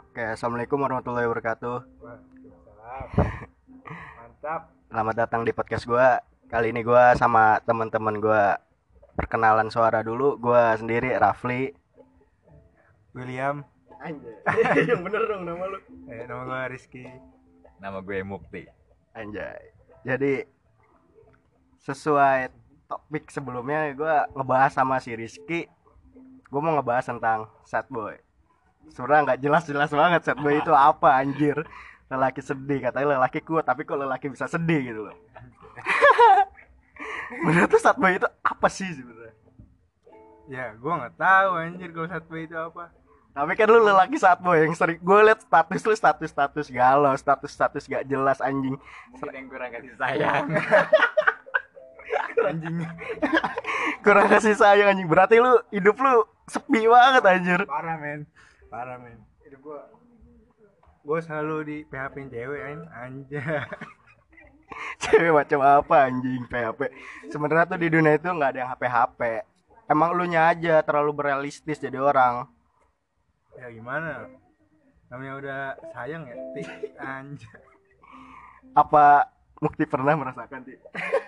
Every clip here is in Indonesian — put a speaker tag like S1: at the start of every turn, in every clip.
S1: Oke, assalamualaikum warahmatullahi wabarakatuh.
S2: Waalaikumsalam. Mantap.
S1: Selamat datang di podcast gue. Kali ini gue sama teman-teman gue perkenalan suara dulu. Gue sendiri Rafli.
S2: William.
S1: Anjay, yang bener dong nama lu.
S2: Nama gue Rizky.
S3: Nama gue Mukti.
S1: Anjay. Jadi sesuai topik sebelumnya gue ngebahas sama si Rizky. Gue mau ngebahas tentang sad boy. Sebenernya nggak jelas-jelas banget sad boy itu apa anjir. Lelaki sedih, katanya lelaki kuat, tapi kok lelaki bisa sedih gitu loh. Menurut tuh sad boy itu apa sih sebenarnya?
S2: Ya, gue nggak tahu anjir kalau satwa itu apa.
S1: Tapi kan lu lelaki sad boy yang sering gue liat status lu, status galau, status gak jelas anjing.
S3: Mungkin yang kurang kasih sayang.
S2: Anjing.
S1: Kurang kasih sayang anjing. Berarti lu hidup lu sepi banget anjir.
S2: Parah men. Hidup gue selalu di PHP-in cewek anjir.
S1: Cewek macam apa anjing PHP. Sebenarnya tuh di dunia itu nggak ada yang HP. Emang lu nya aja terlalu berealistis jadi orang.
S2: Ya gimana? Namanya udah sayang ya, anjir.
S1: Apa Mukti pernah merasakan sih?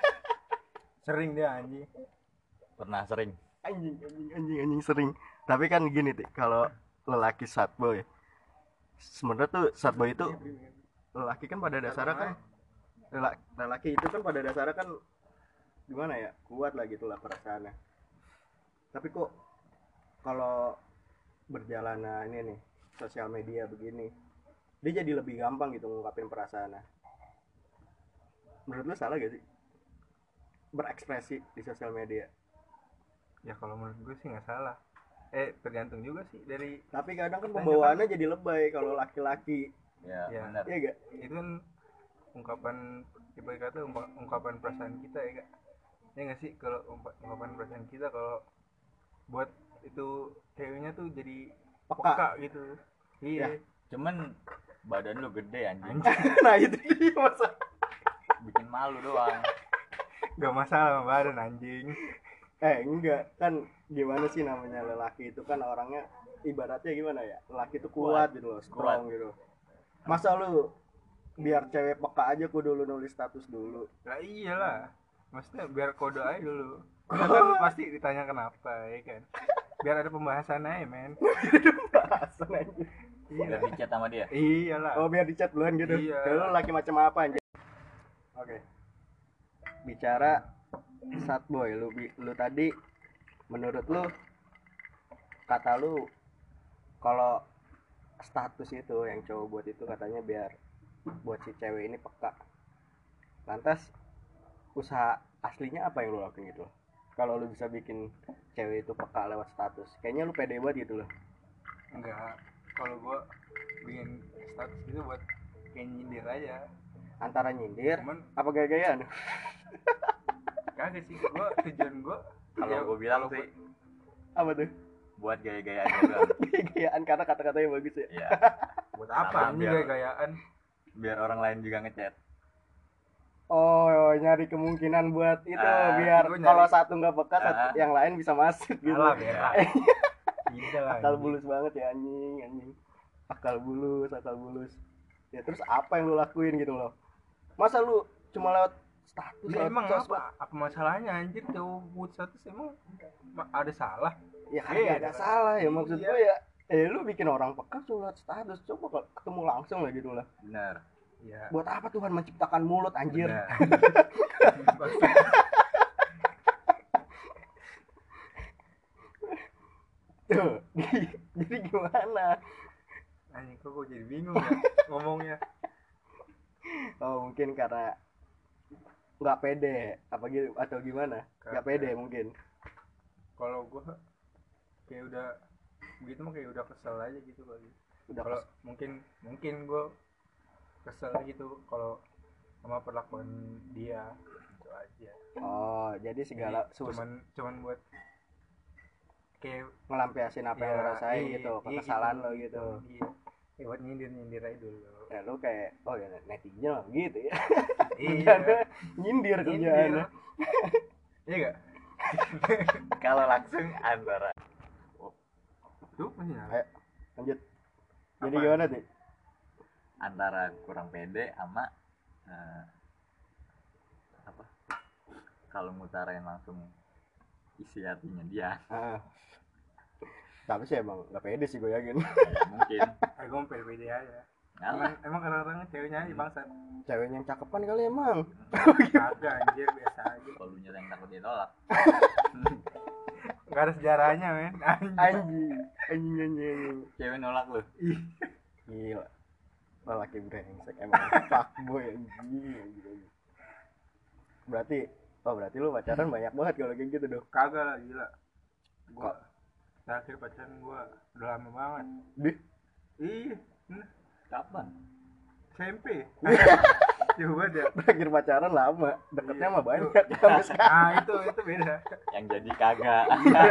S2: Sering dia anjing.
S3: Pernah sering.
S1: Anjing sering. Tapi kan gini tuh, kalau lelaki sad boy, sebenarnya tuh sad boy itu lelaki kan pada dasarnya kan lelaki itu kan pada dasarnya kan gimana ya, kuat lah gitulah perasaannya. Tapi kok kalau berjalannya ini nih sosial media begini, dia jadi lebih gampang gitu ngungkapin perasaannya. Menurut lu salah gak sih berekspresi di sosial media?
S2: Ya kalau menurut gue sih nggak salah. Tergantung juga sih dari.
S1: Tapi kadang kan pembawaannya jadi lebay kalau laki-laki.
S3: Ya,
S2: Ya.
S3: benar.
S1: Iya gak?
S2: Itu kan ungkapan, ibarat kata ungkapan perasaan kita ya kak. Ya nggak sih, kalau ungkapan perasaan kita kalau buat itu ceweknya tuh jadi peka gitu. Iya.
S1: Ya.
S3: Cuman badan lu gede anjing.
S1: Nah itu dia masa.
S3: Bikin malu doang.
S2: Gak masalah sama badan anjing.
S1: Enggak kan, gimana sih namanya lelaki itu kan orangnya ibaratnya gimana ya, lelaki itu kuat gitu loh, strong gitu. Masa lu biar cewek peka aja kudu lu nulis status dulu?
S2: Lah iyalah. Maksudnya biar kode aja dulu. Kita kan pasti ditanya kenapa ya kan. Biar ada pembahasan aja men.
S1: Bahasan aja.
S3: Biar di chat sama dia.
S2: Iyalah.
S1: Oh biar dicat duluan gitu.
S2: Iya.
S1: Lu lelaki macam apa anjir? Oke. Bicara sad boy, lu tadi menurut lu, kata lu kalau status itu yang cowok buat itu katanya biar buat si cewek ini peka. Lantas usaha aslinya apa yang lu lakuin gitu loh? Kalau lu bisa bikin cewek itu peka lewat status, kayaknya lu pede banget gitu loh.
S2: Enggak. Kalau gua bikin status gitu buat kayak nyindir aja.
S1: Antara nyindir
S2: Cuman
S1: apa gaya-gayaan?
S2: kagak sih, tujuan gua
S3: Kalau gue bilang sih
S1: Apa tuh?
S3: buat gaya-gayaan juga.
S1: Gaya-gayaan karena kata-katanya bagus ya.
S3: Iya.
S2: buat apa
S3: Sama,
S2: ini
S3: biar-
S2: gaya-gayaan.
S3: Biar orang lain juga ngechat.
S1: Oh, nyari kemungkinan buat itu biar
S2: gua nyari-
S1: kalau satu nggak peka,
S3: Ah.
S1: yang lain bisa masuk gitu.
S2: Alah berak. Tidak lah.
S1: Akal bulus banget ya anjing. Akal bulus. Ya terus apa yang lu lakuin gitu loh? Masa lu cuma lewat status?
S2: Ya,
S1: lewat
S2: emang
S1: sosmed?
S2: apa masalahnya anjir cowok buat status emang ada salah?
S1: Ya kan
S2: Iya,
S1: ada salah ya, maksud
S2: iya.
S1: gue ya. Lu bikin orang peka cuma lewat status, coba kalau ketemu langsung lah gitu lah.
S3: Benar.
S2: Ya.
S1: Buat apa Tuhan menciptakan mulut anjir?
S3: Benar.
S1: Tuh. Jadi gimana?
S2: Anjing kok gue jadi bingung ya ngomongnya.
S1: Oh mungkin karena nggak pede apa gitu atau gimana? Nggak pede mungkin.
S2: Kalau gue kayak udah begitu mah kayak udah kesel aja gitu kali.
S1: Udah
S2: Kalau mungkin gue kesel gitu kalau sama perlakuan dia gitu aja.
S1: Oh jadi segala
S2: Cuman buat kayak
S1: ngelampiasin apa yang lo rasain gitu, kekesalan lo gitu.
S2: Iya. Buat nyindir aja dulu.
S1: Ya lo kayak oh ya netizen lah gitu ya.
S2: Iya.
S1: Kerjaannya nyindir kerjaannya.
S2: Iya gak?
S3: Kalau langsung antara
S2: Tuh masih nyala.
S1: Ayo lanjut. Jadi
S2: Apa?
S1: gimana sih?
S3: Antara kurang pede sama apa? Kalau ngutarain langsung isi hatinya dia.
S1: Ah. Tapi sih emang nggak pede sih gue yakin.
S3: Ya, mungkin.
S2: Gue pede aja.
S3: Ngalah.
S2: Emang orang-orangnya ceweknya aja bangsat.
S1: Ceweknya yang cakepan kali emang.
S2: Kagak anjir, biasa aja.
S3: Kalau lu yang takut ditolak.
S2: Enggak ada sejarahnya, men. Anjir.
S1: Anjing.
S3: Cewek nolak lu.
S2: Ih,
S1: Gila. Lelaki brengsek emang fuckboy anjing. Berarti lu pacaran banyak banget kalau kayak gitu dong.
S2: kagak lah, gila. Gua
S1: Kok?
S2: terakhir pacaran gua udah lama banget.
S1: Dih,
S2: Ih,
S3: Kapan?
S2: SMP. Coba deh.
S1: terakhir pacaran lama, deketnya
S2: Iya.
S1: mah banyak sampai sekarang.
S2: Nah, itu beda.
S3: Yang jadi kagak.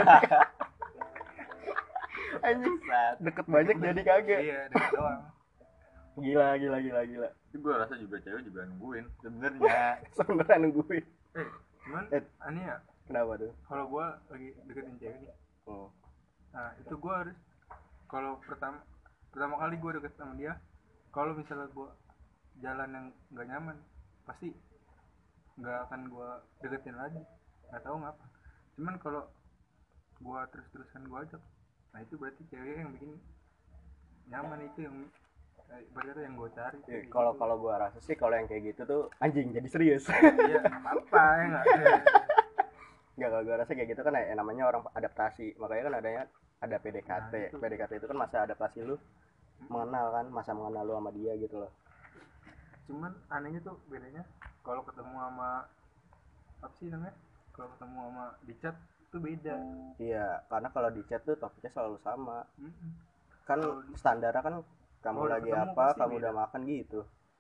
S1: Anjing,
S3: Sat.
S1: deket banyak jadi kagak.
S2: Iya, deket doang.
S1: Gila.
S3: Itu gue rasa juga cewek juga nungguin sebenarnya.
S1: Sebenarnya nungguin.
S2: Cuman aneh ya,
S1: Kenapa tuh?
S2: kalau gua lagi deketin cewek nih.
S1: Oh.
S2: Nah, itu gua harus kalau pertama kali gua deket sama dia, kalau misalnya gua jalan yang nggak nyaman, pasti nggak akan gua deketin lagi. Nggak tahu ngapa. Cuman kalau gua terus-terusan gua ajak, nah itu berarti cewek yang bikin nyaman, itu yang berarti yang gua cari.
S1: Ya,
S2: Kayak
S1: kalau
S2: gitu.
S1: kalau gua rasa sih kalau yang kayak gitu tuh anjing jadi serius.
S2: Iya, apa ya nggak?
S1: Enggak, kalau gua rasa kayak gitu kan ya namanya orang adaptasi. Makanya kan ada PDKT.
S2: Nah, itu.
S1: PDKT itu kan masa adaptasi lu mengenal kan, masa mengenal lu sama dia gitu loh.
S2: Cuman anehnya tuh bedanya kalau ketemu sama apa sih namanya, kalau ketemu sama di chat tuh beda.
S1: Iya, karena kalau di chat tuh topiknya selalu sama.
S2: Mm-mm.
S1: Kan
S2: Kalau di-
S1: standarnya kan kamu
S2: kalau udah
S1: lagi
S2: ketemu
S1: apa,
S2: pasti
S1: kamu
S2: beda.
S1: udah makan gitu.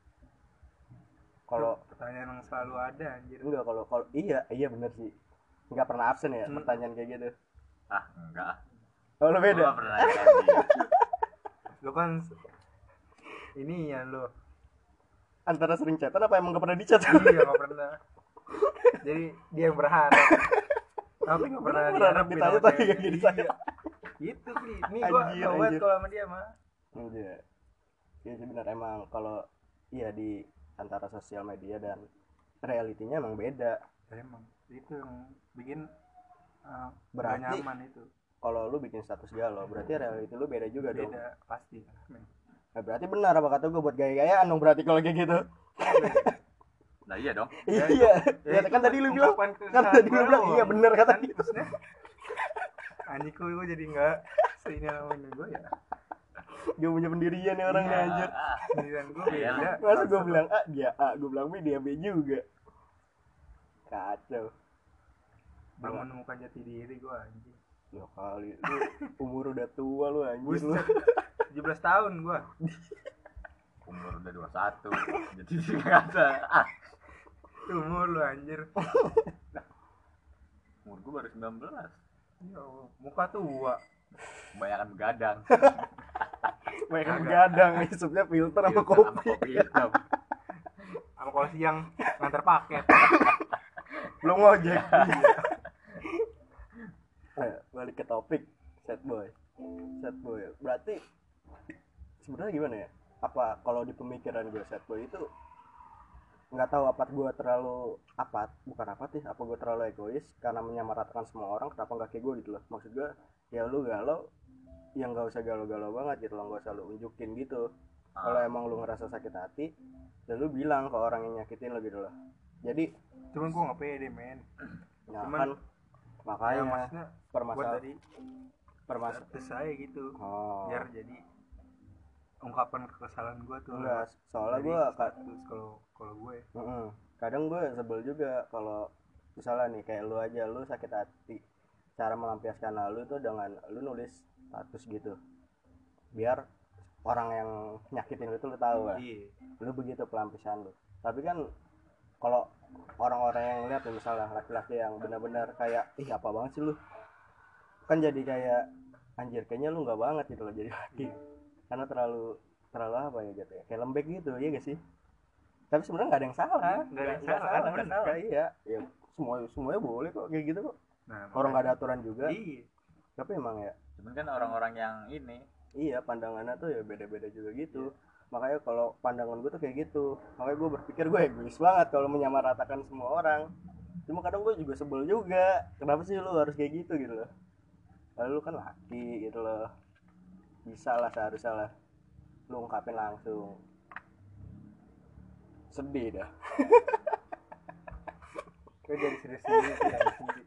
S1: Kalau
S2: Tuh, pertanyaan yang selalu ada anjir.
S1: enggak, kalau iya bener sih. Enggak pernah absen ya pertanyaan kayak gitu.
S3: Ah, enggak.
S1: Oh, lu
S3: Gue
S1: beda.
S3: gak pernah nanya lagi.
S2: Lo kan ini ya lo.
S1: Antara sering chatan apa emang gak pernah di chat?
S2: Iya, nggak pernah. Jadi dia yang berharap. Tapi nggak pernah
S1: Berharap
S2: diharapin
S1: ditanya
S2: sama
S1: tapi
S2: ceweknya.
S1: gak jadi saya.
S2: Gitu sih. Nih gua
S1: Anjir,
S2: tau banget
S1: anjir.
S2: kalau sama dia mah.
S1: Iya. Iya sih benar, emang kalau iya di antara sosial media dan realitinya emang beda.
S2: Emang itu yang bikin nggak
S1: Berarti
S2: nyaman itu.
S1: kalau lu bikin status galau, berarti reality lu beda juga dong.
S2: Beda pasti. Men.
S1: Nah, berarti benar apa kata gue buat gaya-gayaan dong berarti kalau kayak gitu.
S3: Nah iya dong.
S2: Ya,
S1: Iya.
S2: Ya,
S1: Ya,
S2: itu
S1: kan tadi lu bilang,
S2: ungkapan
S1: kan
S2: keresahan
S1: tadi lu
S2: gua
S1: bilang
S2: doang.
S1: iya benar kata
S2: Kan
S1: gitu.
S2: maksudnya anjing gue jadi nggak seini namanya gue ya.
S1: Gue punya pendirian nih orangnya
S2: Iya.
S1: anjir.
S2: Pilihan gue
S3: Iya.
S2: beda.
S1: Masa gue bilang A, dia A, gue bilang B, dia B juga. Kacau.
S2: belum menemukan jati diri gue anjing.
S1: Ya kali, lu umur udah tua lu anjir lu.
S2: Buset, 17 tahun gue.
S3: Umur udah 21. Jadi enggak ada. Ah,
S2: Umur lu anjir.
S3: umur gue baru 19.
S2: Ya Allah, muka tua.
S3: Kebanyakan begadang.
S1: Banyak yang begadang, isupnya filter sama
S3: Sama
S1: kopi.
S3: kopi hitam.
S2: Sama kalau siang nganter paket.
S1: Belum ngojek. Balik ke topik sad boy. Berarti sebenarnya gimana ya? Apa kalau di pemikiran gue sad boy itu nggak tahu apa gue terlalu bukan apatis, apa gue terlalu egois karena menyamaratakan semua orang, kenapa nggak kayak gue gitu loh. Maksud gue ya lu galau yang nggak usah galau-galau banget gitu loh, nggak usah lu unjukin gitu. Kalau emang lu ngerasa sakit hati ya lu bilang ke orang yang nyakitin lo gitu loh. Jadi
S2: Cuman gue nggak pede men.
S1: nah
S2: Cuman-
S1: kan
S2: Ya,
S1: makanya
S2: maksudnya buat
S1: permasalahan
S2: dari
S1: permasalahan
S2: status saya gitu.
S1: oh
S2: Biar jadi ungkapan kekesalan gue tuh.
S1: enggak, soalnya
S2: Dari
S1: gue
S2: status kalau gue.
S1: kadang gue sebel juga kalau misalnya nih kayak lu aja, lu sakit hati, cara melampiaskan lu itu dengan lu nulis status gitu biar orang yang nyakitin lu tuh lu tahu lah,
S2: Iya.
S1: lu begitu pelampiasan lu. Tapi kan kalau orang-orang yang lihat nih, misalnya laki-laki yang benar-benar kayak ih apa banget sih lu, kan jadi kayak anjir kayaknya lu nggak banget gitu loh jadi laki, karena terlalu apa ya gitu ya, kayak lembek gitu ya gak sih? Tapi sebenarnya nggak ada yang salah,
S2: Nggak ada yang salah,
S1: nggak
S2: benar.
S1: salah. Iya ya, semuanya boleh kok kayak gitu kok,
S2: Nah,
S1: orang nggak ada aturan juga.
S2: Iya.
S1: Tapi emang ya
S3: Cuman kan orang-orang yang ini
S1: Iya, pandangannya tuh ya beda-beda juga gitu. Makanya kalau pandangan gue tuh kayak gitu, makanya gue berpikir gue egois banget kalau menyamaratakan semua orang. Cuma kadang gue juga sebel juga, kenapa sih lu harus kayak gitu gitu loh. Lalu lu kan laki gitu loh, bisa lah seharusnya lah lu ungkapin langsung. Sedih dah.
S2: Kayak jadi serius-serius ya, anjing.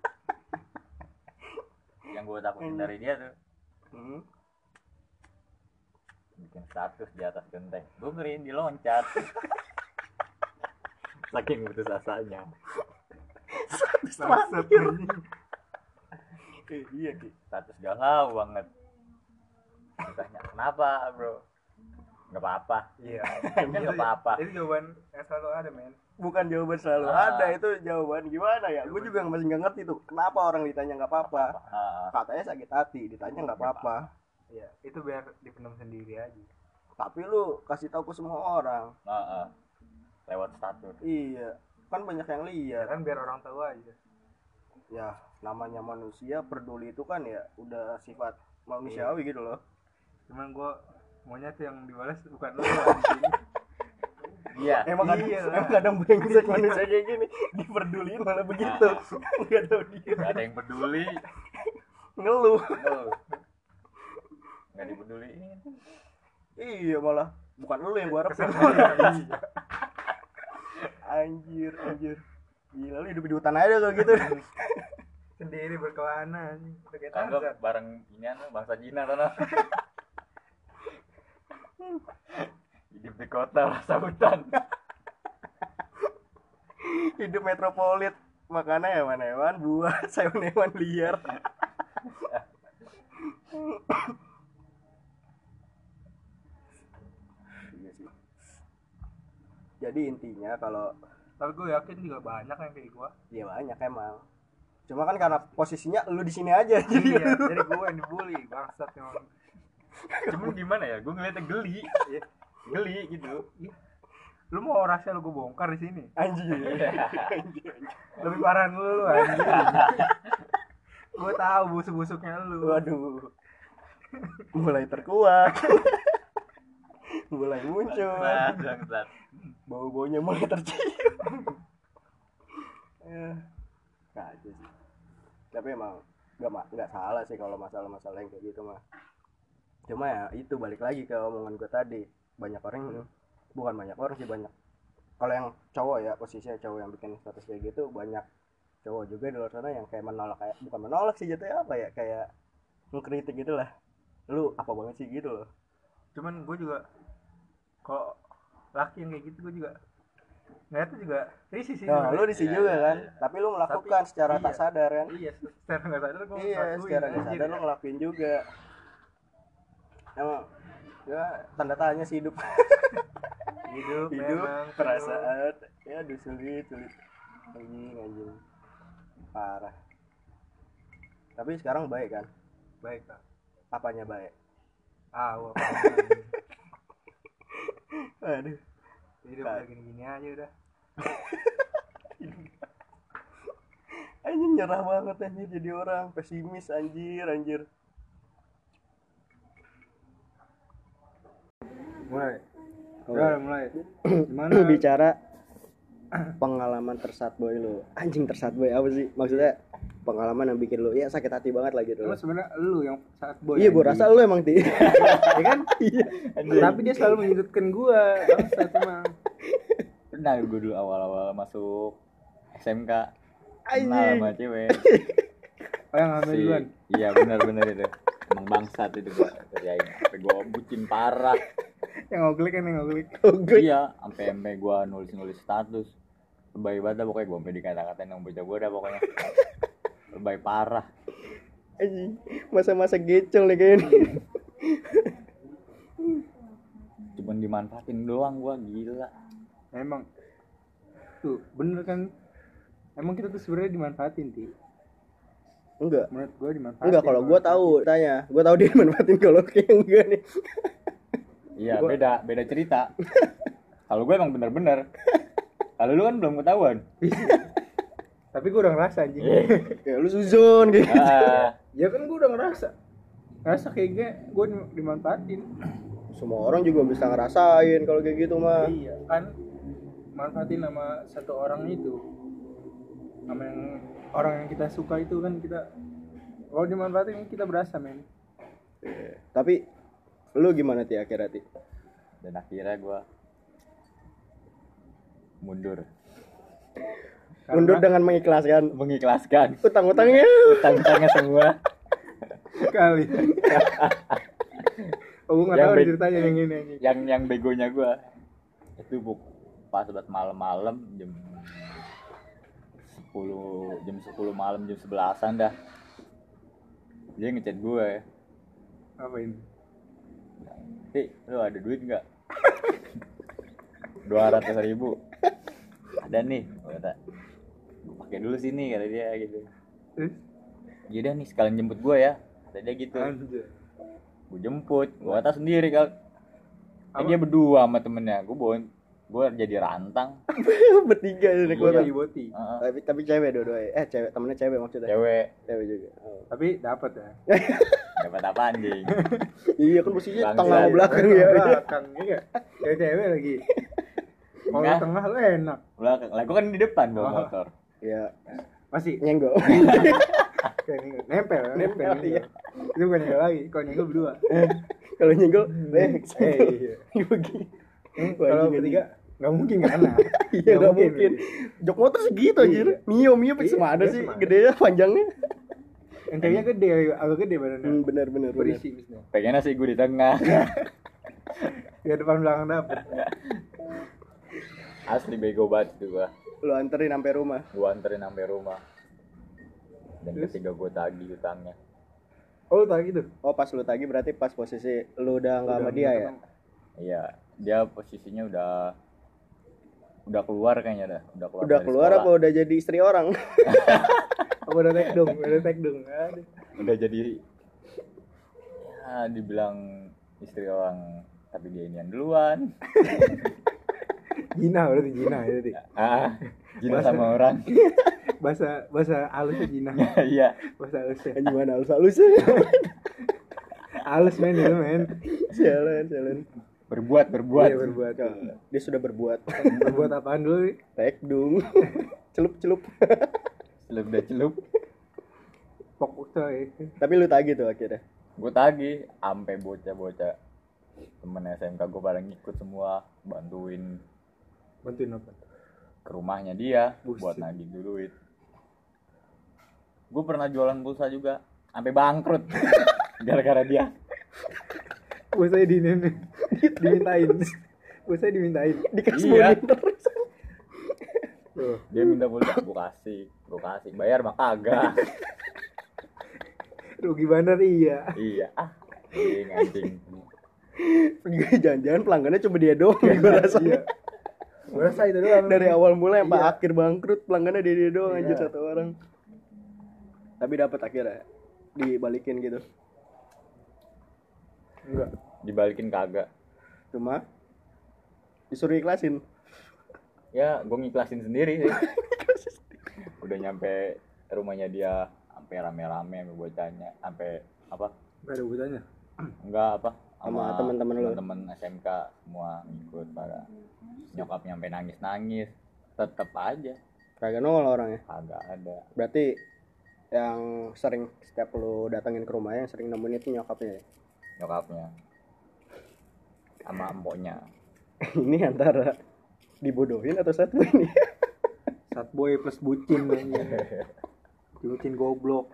S3: Yang gue takutin dari dia tuh
S1: Hmm.
S3: bikin status di atas genteng, gue ngeriin diloncat. Saking putus asanya.
S2: Bangsat anjing.
S1: Iya Ki.
S3: Status galau banget. Ditanya kenapa bro, nggak apa-apa.
S2: Iya.
S3: Kan nggak apa-apa.
S2: Itu jawaban yang selalu ada, men.
S1: Bukan jawaban selalu ada, itu jawaban gimana ya? Gue juga masih nggak ngerti tuh kenapa orang ditanya nggak apa-apa. Katanya sakit hati, ditanya nggak apa-apa.
S2: Iya, itu biar dipendam sendiri aja.
S1: Tapi lu kasih tahu ke semua orang.
S3: Lewat status.
S1: Iya, kan banyak yang
S2: Ya
S1: lihat.
S2: kan biar orang tahu aja.
S1: Ya, namanya manusia peduli itu kan ya udah sifat manusiawi gitu loh.
S2: Cuman gua maunya tuh yang dibalas bukan lu anjing.
S3: Iya.
S1: Emang
S2: Iya lah.
S1: kadang brengsek manusia kayak gini, diperduliin malah begitu. Enggak tahu dia.
S3: Gak ada yang peduli.
S1: Ngeluh.
S3: Nggak dipeduliin.
S1: Iya, malah bukan lu yang gua harapin.
S2: Iya.
S1: Anjir. Gila lu hidup di hutan aja kalau gitu.
S2: Sendiri berkelana anjing. Pakai
S3: Anggap
S2: Tarzan.
S3: bareng inian bangsa Cina sana. Hidup di kota rasa hutan.
S1: Hidup metropolit, makannya hewan-hewan, buah, hewan liar. Iya sih. Jadi intinya kalau
S2: Tapi gue yakin juga banyak yang kayak gua.
S1: ya banyak emang. Cuma kan karena posisinya lu di sini aja jadi
S2: Iya, jadi gue yang dibully, bangsat emang.
S3: Cuman gimana ya? Gue ngeliatnya geli. Geli gitu.
S2: Lu mau rahasia lu gue bongkar di sini.
S1: anjir.
S2: Lebih parah lu anjing. Gue tahu busuk-busuknya lu.
S1: Waduh. Mulai terkuak. Mulai muncul.
S3: Bangsat.
S1: Bau-baunya mulai tercium. Kacau sih. Tapi emang nggak salah sih kalau masalah-masalah yang kayak gitu mah. Cuma ya itu balik lagi ke omongan gue tadi. Banyak orang, bukan banyak orang sih, banyak. Kalau yang cowok ya, posisinya cowok yang bikin status kayak gitu, banyak cowok juga di luar sana yang kayak menolak, kayak bukan menolak sih jatuhnya apa ya, kayak ngekritik gitu lah. Lu apa banget sih gitu loh.
S2: Cuman gue juga kalau laki yang kayak gitu gue juga ngeliatnya juga risih sih.
S1: Nah, lu risih
S3: Iya,
S1: juga
S3: iya,
S1: kan,
S3: iya.
S1: tapi lu melakukan
S2: Tapi,
S1: secara
S2: iya.
S1: tak sadar kan.
S2: Iya, secara nggak sadar gue
S1: Iya, secara nggak sadar lu ngelakuin juga. Emang ya tanda tanya sih hidup.
S2: hidup memang
S1: Perasaan ya aduh sulit anjing parah. Tapi sekarang baik kan?
S2: baik lah.
S1: Apanya baik?
S2: Wah,
S1: Aduh,
S2: hidup udah gini-gini aja udah.
S1: anjing nyerah banget anjir jadi orang pesimis anjir.
S2: Mulai. Udah mulai. Gimana?
S1: Lu bicara pengalaman tersat boy lu. Anjing tersat boy apa sih? Maksudnya pengalaman yang bikin lu ya sakit hati banget lah gitu.
S2: Lu sebenarnya lu yang saat boy.
S1: Iya, gua rasa lu emang ti.
S2: ya kan?
S1: Iya.
S2: Tapi dia selalu menyudutkan gua. Bangsat emang.
S3: Pernah gue dulu awal-awal masuk SMK kenal
S1: Anjing.
S3: sama cewek.
S2: Oh, yang ngambil duluan.
S3: Iya benar itu. Emang bangsat itu gua kerjain. Sampai gua bucin parah.
S2: Yang ngoglik kan yang ngoglik.
S3: Iya, sampai gua nulis status. Lebay banget dah pokoknya, gua sampai dikata-katain yang bocah gua dah pokoknya. Lebay parah.
S1: Anjing, masa-masa gecol nih kayaknya nih.
S3: Cuman dimanfaatin doang gua, gila.
S2: Emang tuh bener kan, emang kita tuh sebenarnya dimanfaatin Ti.
S1: Enggak.
S2: Menurut gue dimanfaatin.
S1: Enggak, kalau gua tahu tanya. Gua tahu dia manfaatin kalau kayak enggak nih.
S3: Iya, beda cerita. Kalau gue emang bener-bener. Kalau lu kan belum ketahuan.
S2: Tapi gue udah ngerasa anjing.
S1: Ya lu suzon gitu.
S3: Ah,
S2: Ya kan gue udah ngerasa. ngerasa kayaknya gue dimanfaatin.
S1: Semua orang juga bisa ngerasain kalau kayak gitu mah.
S2: Iya kan, manfaatin sama satu orang itu, sama yang orang yang kita suka itu kan, kita kalau dimanfaatin kita berasa men.
S1: Tapi lu gimana Ti akhirnya Ti?
S3: Dan akhirnya gue mundur
S1: Mundur dengan mengikhlaskan utang-utangnya.
S3: utang-utangnya semua.
S2: Kali. Oh, gue nggak
S3: Yang
S2: tahu
S3: be-
S2: ceritanya yang ini.
S3: yang begonya gue itu pas buat malam-malam jam 10 malam, jam 11-an dah dia ngechat gue ya,
S2: Apain?
S3: lu ada duit nggak? 200.000 ada nih, kata gue pakai dulu sini, kata dia gitu. Yaudah nih sekalian jemput gue ya, kata dia gitu.
S2: Anjir.
S3: Gue jemput, gue kata sendiri kan. Dia berdua sama temennya, gue jadi rantang.
S1: Bertiga naik
S3: Iya.
S1: motor.
S2: Boti.
S1: Tapi cewek dua-duanya. Cewek, temennya cewek maksudnya.
S3: Cewek
S1: Cewek juga. Oh.
S2: Tapi dapat ya.
S3: dapat apa anjing?
S1: Iya kan posisinya
S3: Bangsa.
S1: tengah sama belakang ya.
S2: Belakang iya. Cewek lagi. Kalau
S3: Enggak.
S2: tengah lu enak.
S3: Belakang lah, gue kan di depan bawa motor.
S1: Iya.
S2: Masih
S1: Nyenggol.
S2: kayak nempel.
S1: Nempel, iya.
S2: Itu bukan nyenggol lagi, kalau nyenggol berdua.
S1: Kalau nyenggol,
S2: Iya.
S1: begini.
S2: Kalau bertiga nggak mungkin kan?
S1: Iya nggak mungkin. Jok motor segitu anjir. Mio
S2: Iya,
S1: ada
S2: iya,
S1: sih,
S2: semada.
S1: gedenya panjangnya.
S2: Entenya gede, agak gede badannya.
S1: Benar.
S2: Berisi misalnya.
S3: Pengennya sih gue di tengah.
S2: Ya depan belakang dapet.
S3: Asli bego banget tuh gue.
S1: Lu anterin sampai rumah.
S3: Gue anterin sampai rumah. Dan
S2: Terus?
S3: ketiga gue tagih utangnya.
S2: Oh lu tau gitu?
S1: Oh pas lu tagih berarti pas posisi lu udah nggak sama dia ya?
S3: Iya, dia posisinya udah keluar kayaknya dah. Udah
S1: Udah
S3: dari
S1: keluar
S3: sekolah.
S1: apa udah jadi istri orang?
S2: Oh udah tek dong. Aduh.
S3: Udah jadi ya dibilang istri orang, tapi dia inian duluan.
S2: Jina berarti Jina itu.
S3: Jina sama orang.
S2: Bahasa halusnya Jina.
S3: Iya.
S2: Bahasa halusnya.
S1: Gimana halus ya?
S2: Halus men itu men.
S1: Sialan.
S3: Berbuat.
S2: Iya, berbuat.
S1: Dia sudah berbuat.
S2: Berbuat apaan dulu nih?
S1: Tekdung. Celup.
S3: Celup.
S2: Fokus coy.
S1: Tapi lu tagih tuh akhirnya.
S3: Gue tagih sampai bocah-bocah temen SMK gue pada ngikut semua, bantuin
S2: apa?
S3: ke rumahnya dia
S2: Buset.
S3: buat nagih duit. Gue pernah jualan pulsa juga sampai bangkrut gara-gara dia.
S2: Saya dimintain. Saya dimintain.
S1: Dikasih
S3: Iya.
S1: terus.
S2: Tuh.
S3: Dia minta pulsa, gue kasih, bayar mah kagak.
S2: Rugi bener iya.
S3: Iya, anjing.
S1: Jangan-jangan pelanggannya cuma dia doang gue rasa.
S2: Iya. Gue rasa itu doang.
S1: Dari awal mulai sampai
S2: Iya.
S1: akhir bangkrut pelanggannya dia doang anjir
S2: Iya.
S1: satu orang. Tapi dapat akhirnya dibalikin gitu.
S2: Enggak.
S3: Dibalikin kagak.
S1: Cuma disuruh ikhlasin.
S3: Ya, gue ngiklasin sendiri sih. Udah nyampe rumahnya dia sampai rame-rame sama bocahnya, sampai apa?
S2: Enggak ada urusannya.
S3: Enggak apa?
S1: Sama teman-teman lu.
S3: Teman SMK semua ngikut pada. Nyokapnya sampai nangis-nangis. Tetep aja
S1: Kagak nongol orangnya.
S3: kagak ada.
S1: Berarti yang sering setiap lu datangin ke rumahnya yang sering nemuin itu nyokapnya ya.
S3: Nyokapnya sama empoknya.
S1: Ini antara dibodohin atau satu ini?
S2: Satboy plus bucin anjing. Bucin goblok.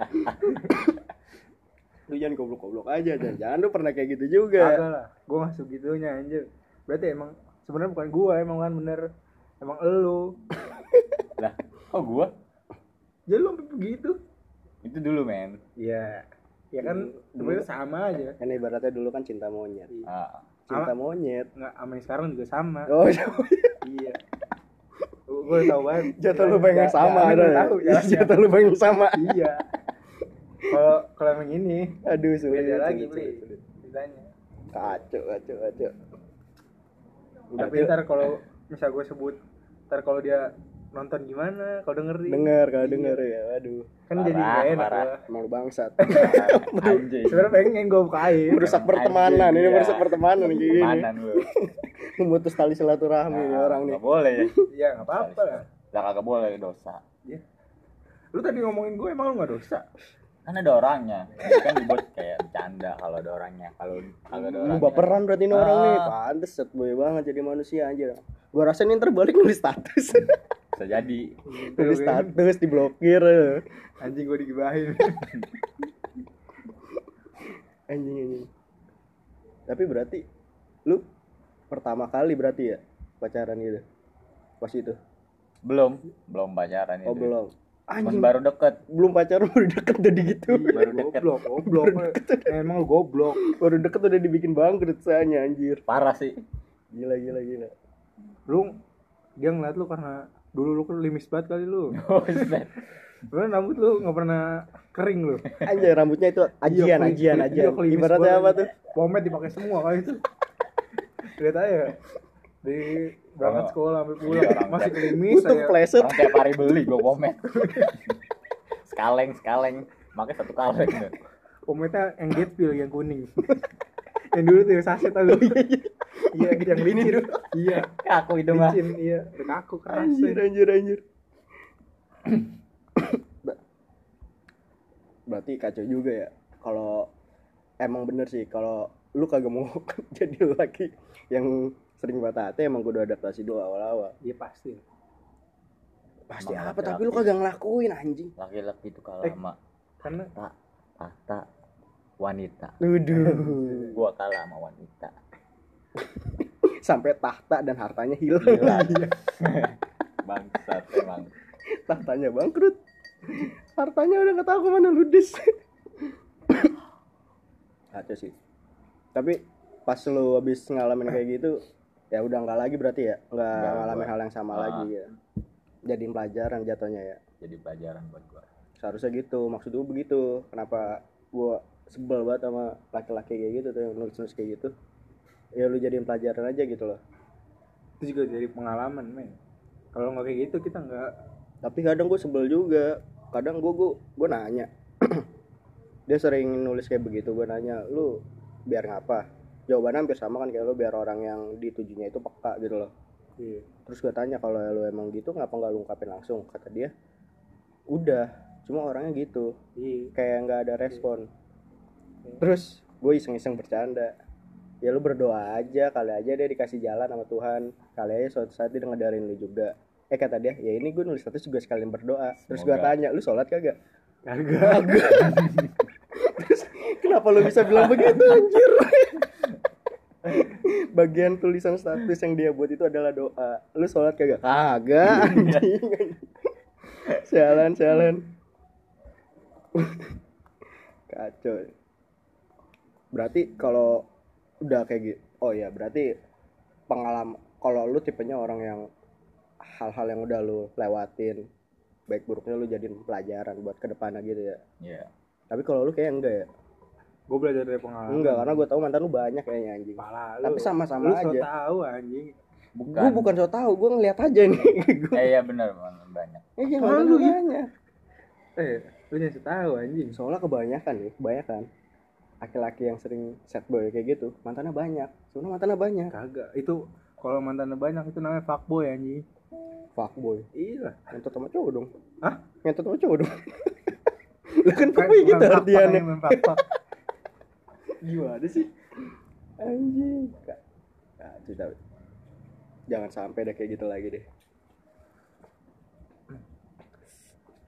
S1: Lu jangan goblok-goblok aja, jangan lu pernah kayak gitu juga.
S2: Kagak lah. Gua enggak segitunya anjir. Berarti emang sebenarnya bukan gua, emang kan bener. Emang elu.
S3: Lah, kok gua?
S2: Ya lu sampai begitu.
S3: Itu dulu, men.
S2: Iya. Ya kan sebenarnya sama aja.
S1: Kan ibaratnya dulu kan cinta monyet.
S3: Ah,
S1: Cinta monyet.
S2: Enggak sama yang sekarang juga sama.
S1: Oh,
S2: Iya. Gue tahu banget.
S1: jatuh lu pengen sama
S2: Jalannya
S1: ada.
S2: gua tahu, jalannya.
S1: Jatuh lu pengen sama.
S2: Iya. Kalau emang ini
S1: Aduh, sulit.
S2: beda lagi
S1: sulit,
S2: beli
S1: sulit.
S2: ceritanya.
S1: Kacau.
S2: Tapi ntar kalau misal gue sebut, ntar kalau dia nonton gimana kalau dengerin.
S1: Kalau denger ya, waduh.
S2: Kan jadi gak enak
S3: parah.
S2: gua.
S1: Emang lu bangsat.
S3: Anjing.
S2: Sebenarnya pengen gue bukain.
S1: Merusak pertemanan,
S3: Anjing,
S1: ini
S3: iya.
S1: merusak pertemanan kayak gini.
S3: Pertemanan lu.
S1: Memutus tali silaturahmi nih orang nih.
S3: Nggak boleh ya.
S2: Iya enggak apa-apa lah.
S3: Lah kagak boleh dosa.
S2: Lu tadi ngomongin gue emang lu enggak dosa.
S3: Kan ada orangnya. Ini kan dibuat kayak bercanda kalau ada orangnya. Kalau ada
S1: Lu
S3: orangnya.
S1: baperan berarti ini orang nih.
S3: Ah.
S1: Pantes set boy banget jadi manusia anjir. Gua rasa ini terbalik nulis status.
S3: Bisa jadi.
S1: Nulis status diblokir.
S2: Anjing gue digibahin.
S1: Anjing. Tapi berarti lu pertama kali berarti ya pacaran gitu. Pas itu.
S3: Belum pacaran itu.
S1: Oh, belum.
S3: Cuman baru deket.
S1: Belum pacaran udah deket udah gitu.
S3: Baru deket.
S2: Goblok. Emang lu goblok.
S1: Baru deket udah dibikin bangkrut soalnya anjir.
S3: Parah sih.
S1: Gila.
S2: Lu dia ngeliat lu karena dulu lu kan limis banget kali lu.
S3: Oh, set.
S2: Lu rambut lu enggak pernah kering lu.
S1: Anjir rambutnya itu ajian.
S2: Iya, klimis
S1: Ibaratnya apa
S2: banget.
S1: tuh?
S2: Pomade dipakai semua kali itu. Lihat aja. Di berangkat sekolah sampai pulang
S3: Iya, orang
S2: masih
S3: cat.
S2: klimis
S1: Butuh
S2: saya.
S1: pleset.
S3: Orang tiap hari beli gue pomade. Sekaleng. Makanya satu kaleng tuh.
S2: Pomade-nya yang get peel yang kuning. Yang dulu tuh yang saset tau. Iya, yang licin. Iya.
S3: Aku itu mah.
S2: Licin, iya. Udah kaku keras.
S1: Anjir. Berarti kacau juga ya. Kalau emang bener sih kalau lu kagak mau jadi laki yang sering batate emang kudu adaptasi dulu awal-awal.
S2: Iya pasti.
S1: Pasti
S3: Emang
S1: apa tapi
S3: laki-laki.
S1: lu kagak ngelakuin anjing.
S3: Laki-laki itu kalah sama
S2: Karena
S3: tahta wanita.
S1: Waduh.
S3: Gua kalah sama wanita.
S1: Sampai tahta dan hartanya hilang.
S3: Gila. Bangsat emang.
S1: Tahtanya bangkrut. Hartanya udah enggak tahu kemana ludes. Kacau sih. Tapi pas lu habis ngalamin kayak gitu ya udah enggak lagi berarti ya enggak
S3: Enggak,
S1: ngalamin
S3: gua.
S1: hal yang sama lagi ya. Jadiin pelajaran jatuhnya ya.
S3: Jadi pelajaran buat gua.
S1: Seharusnya gitu, maksud gue begitu. Kenapa gua sebel banget sama laki-laki kayak gitu tuh yang nulis-nulis kayak gitu. Ya lu jadiin pelajaran aja gitu loh.
S2: itu juga jadi pengalaman, men. Kalau nggak kayak gitu kita nggak.
S1: Tapi kadang gue sebel juga. Kadang gue nanya. Dia sering nulis kayak begitu, gue nanya, lu biar ngapa? Jawabannya hampir sama kan kayak lu biar orang yang ditujunya itu peka gitu loh.
S2: Iya.
S1: Terus gue tanya kalau lu emang gitu ngapa nggak lu ungkapin langsung? Kata dia, udah, cuma orangnya gitu,
S2: Iya.
S1: kayak nggak ada respon. Terus gue iseng-iseng bercanda, ya lu berdoa aja, kali aja dia dikasih jalan sama Tuhan, kali aja suatu saat dia ngedarin lu juga. Kata dia, ya ini gue nulis status juga sekalian berdoa. Terus gue
S3: Semoga.
S1: tanya, lu sholat kagak?
S2: Kagak.
S1: Terus kenapa lu bisa bilang begitu anjir? Bagian tulisan status yang dia buat itu adalah doa. Lu sholat kagak? Kagak anjing. Sialan. Kacau. Berarti kalau udah kayak gitu, oh ya berarti pengalaman, kalau lu tipenya orang yang hal-hal yang udah lu lewatin, baik buruknya lu jadiin pelajaran buat kedepannya gitu ya.
S3: Iya.
S1: Tapi kalau lu kayak enggak ya?
S2: Gue belajar dari pengalaman.
S1: Enggak, karena gue tahu mantan lu banyak kayaknya anjing.
S2: Pala,
S1: Tapi sama-sama
S2: lu
S1: aja.
S2: so tahu anjing.
S1: Gue bukan so tahu, gue ngeliat aja nih.
S3: Iya benar banyak.
S1: Iya,
S2: Kalau
S1: mantan
S2: lu
S1: lu banyak.
S2: Lu jangan so tahu anjing.
S1: Soalnya kebanyakan laki-laki yang sering sad boy kayak gitu, mantannya banyak. Soalnya mantannya banyak.
S2: Kagak. Itu kalau mantannya banyak itu namanya fuckboy anjing.
S1: Fuckboy.
S2: Iya.
S1: Ngentot sama cowok dong.
S2: Hah?
S1: Ngentot sama cowok dong. Lu kan fuckboy gitu artiannya. Gimana sih? Anjing. Kacau tapi. Jangan sampai deh kayak gitu lagi deh.